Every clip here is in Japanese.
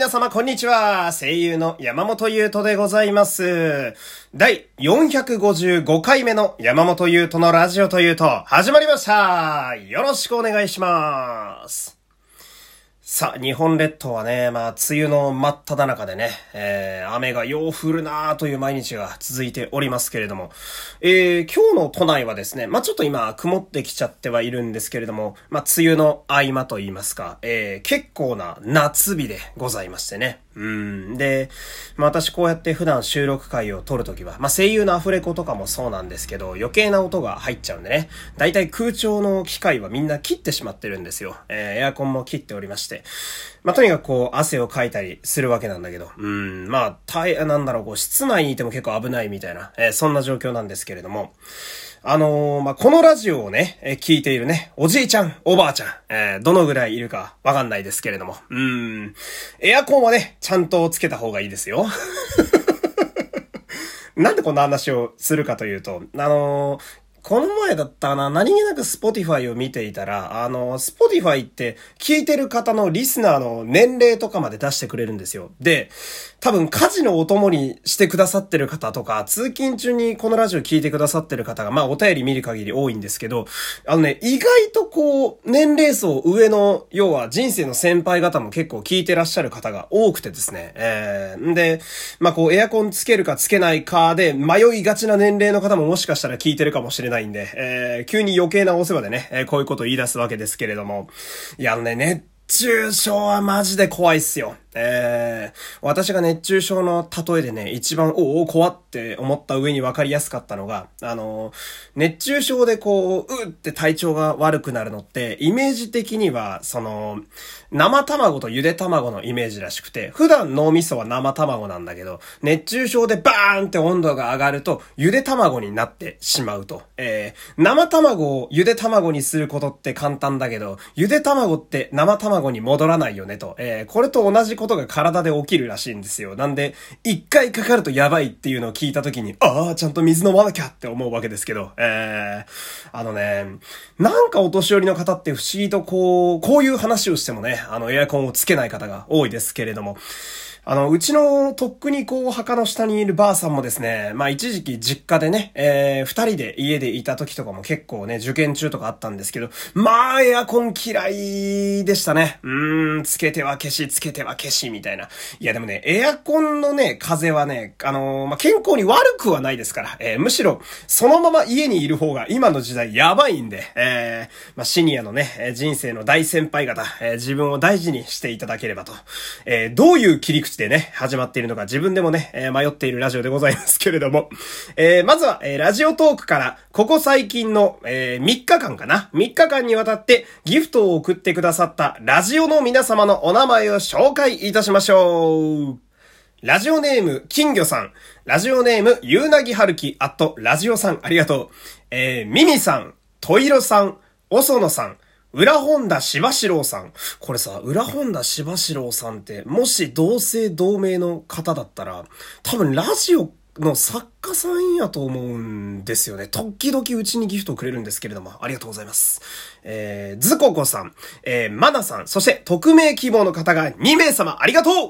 皆様こんにちは。声優の山本優斗でございます。第455回目の山本優斗のラジオというと始まりました。よろしくお願いします。さあ、日本列島はね、梅雨の真っ只中でね、雨がよう降るなーという毎日が続いておりますけれども、今日の都内はですね、ちょっと今曇ってきちゃってはいるんですけれども、梅雨の合間と言いますか、結構な夏日でございましてね。で、私こうやって普段収録回を撮るときは、声優のアフレコとかもそうなんですけど、余計な音が入っちゃうんでね、だいたい空調の機械はみんな切ってしまってるんですよ。エアコンも切っておりまして。とにかく汗をかいたりするわけなんだけど、室内にいても結構危ないみたいな、そんな状況なんですけれども、このラジオをね、聞いているね、おじいちゃん、おばあちゃん、どのぐらいいるかわかんないですけれども、エアコンはね、ちゃんとつけた方がいいですよ。なんでこんな話をするかというと、この前だったかな、何気なくSpotifyを見ていたら、Spotify って聞いてる方のリスナーの年齢とかまで出してくれるんですよ。で、多分家事のお供にしてくださってる方とか、通勤中にこのラジオ聞いてくださってる方が、お便り見る限り多いんですけど、意外と年齢層上の、要は人生の先輩方も結構聞いてらっしゃる方が多くてですね。で、エアコンつけるかつけないかで迷いがちな年齢の方ももしかしたら聞いてるかもしれないんで、急に余計なお世話でね、こういうことを言い出すわけですけれども、熱中症はマジで怖いっすよ。私が熱中症の例えでね、一番怖って思った上に分かりやすかったのが、熱中症でって体調が悪くなるのって、イメージ的には、生卵とゆで卵のイメージらしくて、普段脳みそは生卵なんだけど、熱中症でバーンって温度が上がると、ゆで卵になってしまうと。生卵をゆで卵にすることって簡単だけど、ゆで卵って生卵に戻らないよねと。これと同じことが体で起きるらしいんですよ。なんで、一回かかるとやばいっていうのを聞いたときに、ちゃんと水飲まなきゃって思うわけですけど、なんかお年寄りの方って不思議とこういう話をしてもね、エアコンをつけない方が多いですけれども、うちのとっくに墓の下にいるばあさんもですね、一時期実家でね、二人で家でいた時とかも結構ね、受験中とかあったんですけど、エアコン嫌いでしたね。つけては消し、つけては消し、みたいな。いやでもね、エアコンのね、風はね、健康に悪くはないですから、むしろ、そのまま家にいる方が今の時代やばいんで、シニアのね、人生の大先輩方、自分を大事にしていただければと。どういう切り口でね、始まっているのか自分でもね、迷っているラジオでございますけれども、まずは、ラジオトークから、ここ最近の、3日間かな ?3 日間にわたってギフトを送ってくださったラジオの皆様のお名前を紹介いたしましょう。ラジオネーム、金魚さん。ラジオネーム、ゆうなぎはるき、ラジオさん、ありがとう。ミミさん、といろさん、おそのさん、裏本田柴四郎さん。これさ、裏本田柴四郎さんって、もし同姓同名の方だったら、多分ラジオの作家さんやと思うんですよね。時々うちにギフトをくれるんですけれども、ありがとうございます。ずここさん、まなさん、そして匿名希望の方が2名様、ありがとう。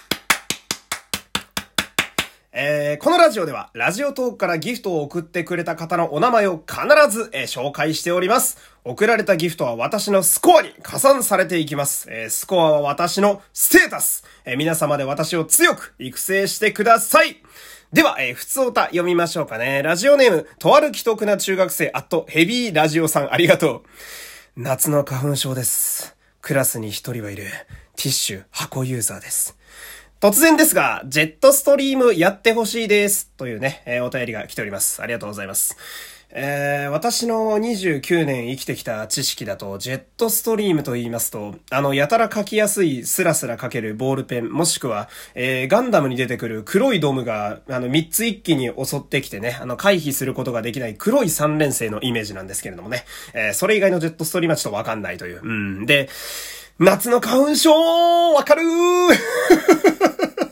このラジオでは、ラジオトークからギフトを送ってくれた方のお名前を必ず、紹介しております。送られたギフトは私のスコアに加算されていきます。スコアは私のステータス。皆様で私を強く育成してください。では、普通歌読みましょうかね。ラジオネーム、とある既得な中学生、ヘビーラジオさん、ありがとう。夏の花粉症です。クラスに一人はいる、ティッシュ箱ユーザーです。突然ですが、ジェットストリームやってほしいです。というね、お便りが来ております。ありがとうございます。私の29年生きてきた知識だと、ジェットストリームと言いますと、やたら書きやすいスラスラ書けるボールペン、もしくは、ガンダムに出てくる黒いドームが、3つ一気に襲ってきてね、回避することができない黒い三連星のイメージなんですけれどもね、それ以外のジェットストリームはちょっとわかんないという。で、夏の花粉症わかるー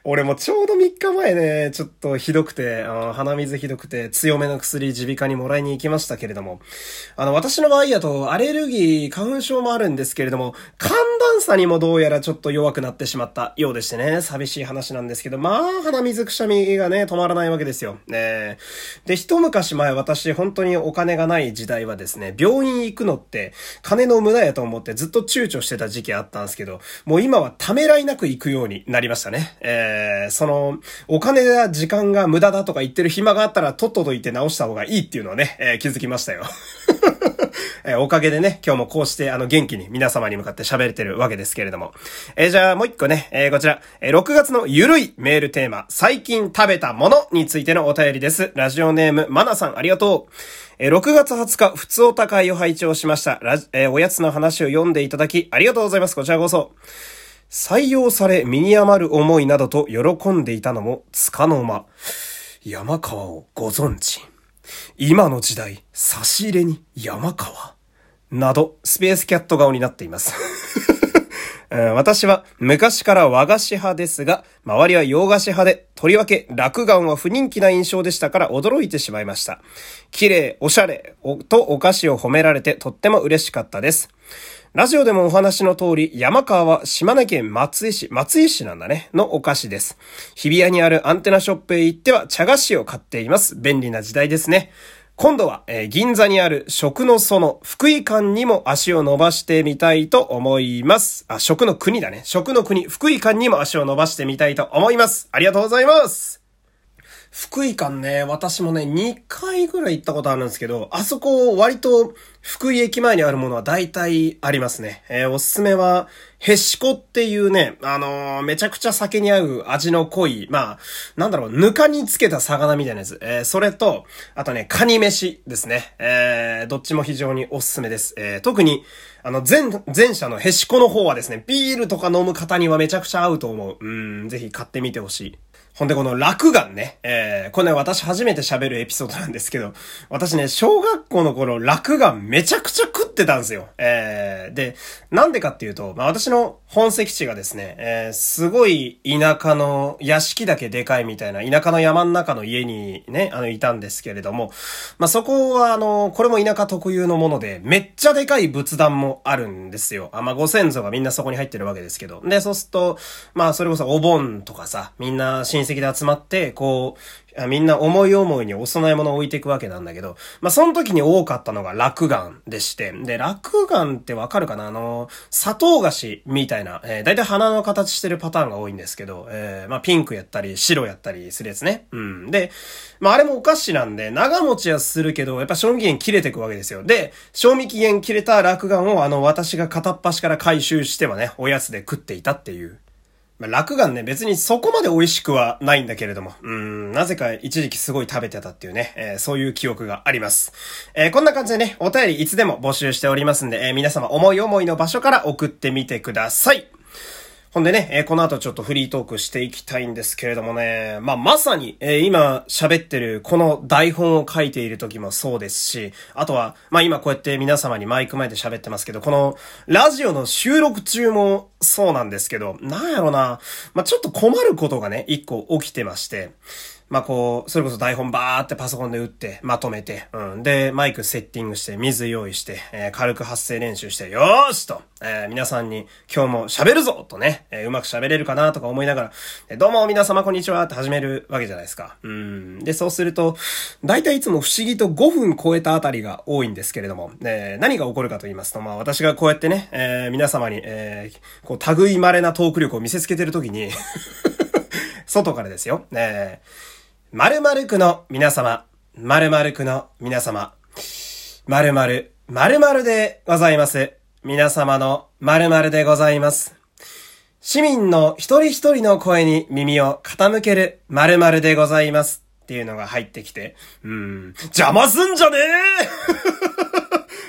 俺もちょうど3日前ね、ちょっとひどくて、鼻水ひどくて、強めの薬耳鼻科にもらいに行きましたけれども、私の場合だと、アレルギー、花粉症もあるんですけれども、寒暖差にもどうやらちょっと弱くなってしまったようでしてね、寂しい話なんですけど、鼻水くしゃみがね、止まらないわけですよ。で、一昔前私、本当にお金がない時代はですね、病院行くのって、金の無駄やと思ってずっと躊躇してた時期あったんですけど、もう今はためらいなく行くようになりましたね。お金や時間が無駄だとか言ってる暇があったらとっとと言って直した方がいいっていうのはね、気づきましたよ。おかげでね、今日もこうして元気に皆様に向かって喋れてるわけですけれども。じゃあもう一個ね、こちら、6月のゆるいメールテーマ、最近食べたものについてのお便りです。ラジオネーム、まなさんありがとう。6月20日、ふつおた会を拝聴しました。おやつの話を読んでいただき、ありがとうございます。こちらこそ。採用され身に余る思いなどと喜んでいたのもつかの間。山川をご存知。今の時代、差し入れに山川。など、スペースキャット顔になっています。私は昔から和菓子派ですが、周りは洋菓子派で、とりわけ落雁は不人気な印象でしたから驚いてしまいました。綺麗、おしゃれとお菓子を褒められてとっても嬉しかったです。ラジオでもお話の通り、山川は島根県松江市なんだね、のお菓子です。日比谷にあるアンテナショップへ行っては茶菓子を買っています。便利な時代ですね。今度は、銀座にある食の園、福井館にも足を伸ばしてみたいと思います。食の国だね。食の国、福井館にも足を伸ばしてみたいと思います。ありがとうございます。福井館ね、私もね、2回ぐらい行ったことあるんですけど、あそこ割と福井駅前にあるものは大体ありますね。おすすめは、へしこっていうね、めちゃくちゃ酒に合う味の濃い、ぬかにつけた魚みたいなやつ。それと、あとね、カニ飯ですね。どっちも非常におすすめです。特に、前者のへしこの方はですね、ビールとか飲む方にはめちゃくちゃ合うと思う。ぜひ買ってみてほしい。ほんでこの落雁ね、これね私初めて喋るエピソードなんですけど、私ね小学校の頃落雁めちゃくちゃ食ってたんですよ。で、なんでかっていうと、私の本籍地がですね、すごい田舎の屋敷だけでかいみたいな田舎の山の中の家にね、いたんですけれども、そこはこれも田舎特有のもので、めっちゃでかい仏壇もあるんですよ。ご先祖がみんなそこに入ってるわけですけど。で、そうすると、それこそお盆とかさ、みんな親戚で集まって、みんな思い思いにお供え物を置いていくわけなんだけど、その時に多かったのが落雁でして、で、落雁ってわかるかな砂糖菓子みたいな、だいたい花の形してるパターンが多いんですけど、ピンクやったり白やったりするやつね。で、あれもお菓子なんで、長持ちはするけど、やっぱ賞味期限切れていくわけですよ。で、賞味期限切れた落雁を私が片っ端から回収してはね、おやつで食っていたっていう。落雁ね、別にそこまで美味しくはないんだけれども、なぜか一時期すごい食べてたっていうね、そういう記憶があります。こんな感じでね、お便りいつでも募集しておりますんで、皆様思い思いの場所から送ってみてください。ほんでね、この後ちょっとフリートークしていきたいんですけれどもね、まさに、今喋ってるこの台本を書いている時もそうですし、あとは、今こうやって皆様にマイク前で喋ってますけど、このラジオの収録中もそうなんですけど、なんやろな、ちょっと困ることがね、一個起きてまして、それこそ台本バーってパソコンで打って、まとめて、で、マイクセッティングして、水用意して、軽く発声練習して、よーしと、皆さんに今日も喋るぞとね、うまく喋れるかなとか思いながら、どうも皆様こんにちはって始めるわけじゃないですか。で、そうすると、だいたいいつも不思議と5分超えたあたりが多いんですけれども、何が起こるかと言いますと、私がこうやってね、皆様に、類い稀なトーク力を見せつけてるときに、外からですよ。〇〇区の皆様、〇〇区の皆様、〇〇、〇〇でございます。皆様の〇〇でございます。市民の一人一人の声に耳を傾ける〇〇でございます。っていうのが入ってきて、邪魔すんじゃね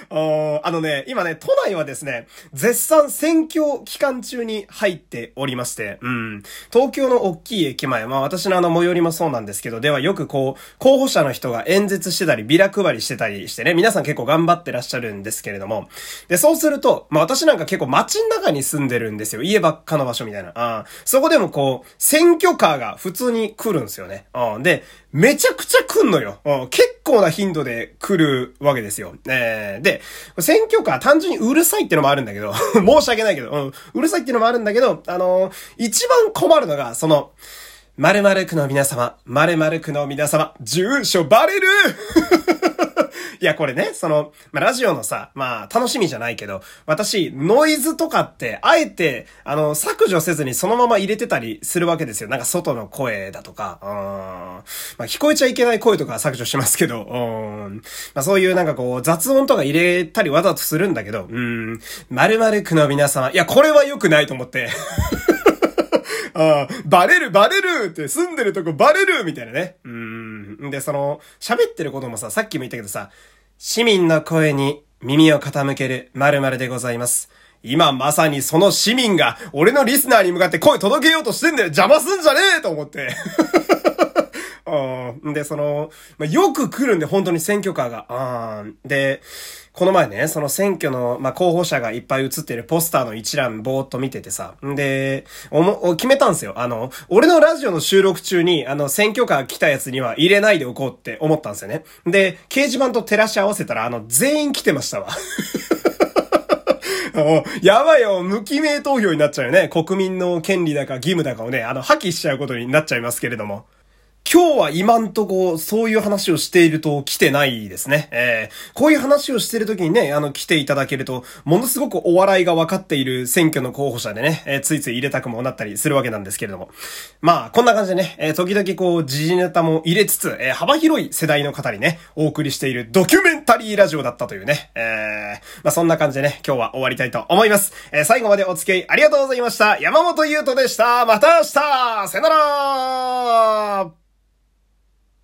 今ね、都内はですね、絶賛選挙期間中に入っておりまして、東京の大きい駅前、私の最寄りもそうなんですけど、ではよく候補者の人が演説してたり、ビラ配りしてたりしてね、皆さん結構頑張ってらっしゃるんですけれども、で、そうすると、私なんか結構街の中に住んでるんですよ。家ばっかの場所みたいな。そこでも選挙カーが普通に来るんですよね。で、めちゃくちゃ来んのよ。結構な頻度で来るわけですよ。で、選挙カー単純にうるさいってのもあるんだけど、申し訳ないけど、うるさいってのもあるんだけど、一番困るのが、〇〇区の皆様、〇〇区の皆様、住所バレるいや、これね、ラジオのさ、楽しみじゃないけど、私、ノイズとかって、あえて、削除せずにそのまま入れてたりするわけですよ。なんか外の声だとか、聞こえちゃいけない声とか削除しますけど、そういうなんか雑音とか入れたりわざとするんだけど、〇〇区の皆様、いや、これは良くないと思って。バレるって住んでるとこバレるみたいなね。で、喋ってることもさっきも言ったけどさ、市民の声に耳を傾ける〇〇でございます。今まさにその市民が俺のリスナーに向かって声届けようとしてんだよ。邪魔すんじゃねえと思って。で、よく来るんで、本当に選挙カーが。で、この前ね、選挙の、候補者がいっぱい写ってるポスターの一覧ぼーっと見ててさ。で、決めたんですよ。俺のラジオの収録中に、選挙カー来たやつには入れないでおこうって思ったんですよね。で、掲示板と照らし合わせたら、全員来てましたわ。やばいよ、無記名投票になっちゃうよね。国民の権利だか義務だかをね、破棄しちゃうことになっちゃいますけれども。今日は今んとこそういう話をしていると来てないですね。こういう話をしている時にね、来ていただけると、ものすごくお笑いが分かっている選挙の候補者でね、ついつい入れたくもなったりするわけなんですけれども。こんな感じでね、時々時事ネタも入れつつ、幅広い世代の方にね、お送りしているドキュメンタリーラジオだったというね。そんな感じでね、今日は終わりたいと思います。最後までお付き合いありがとうございました。山本優斗でした。また明日さよなら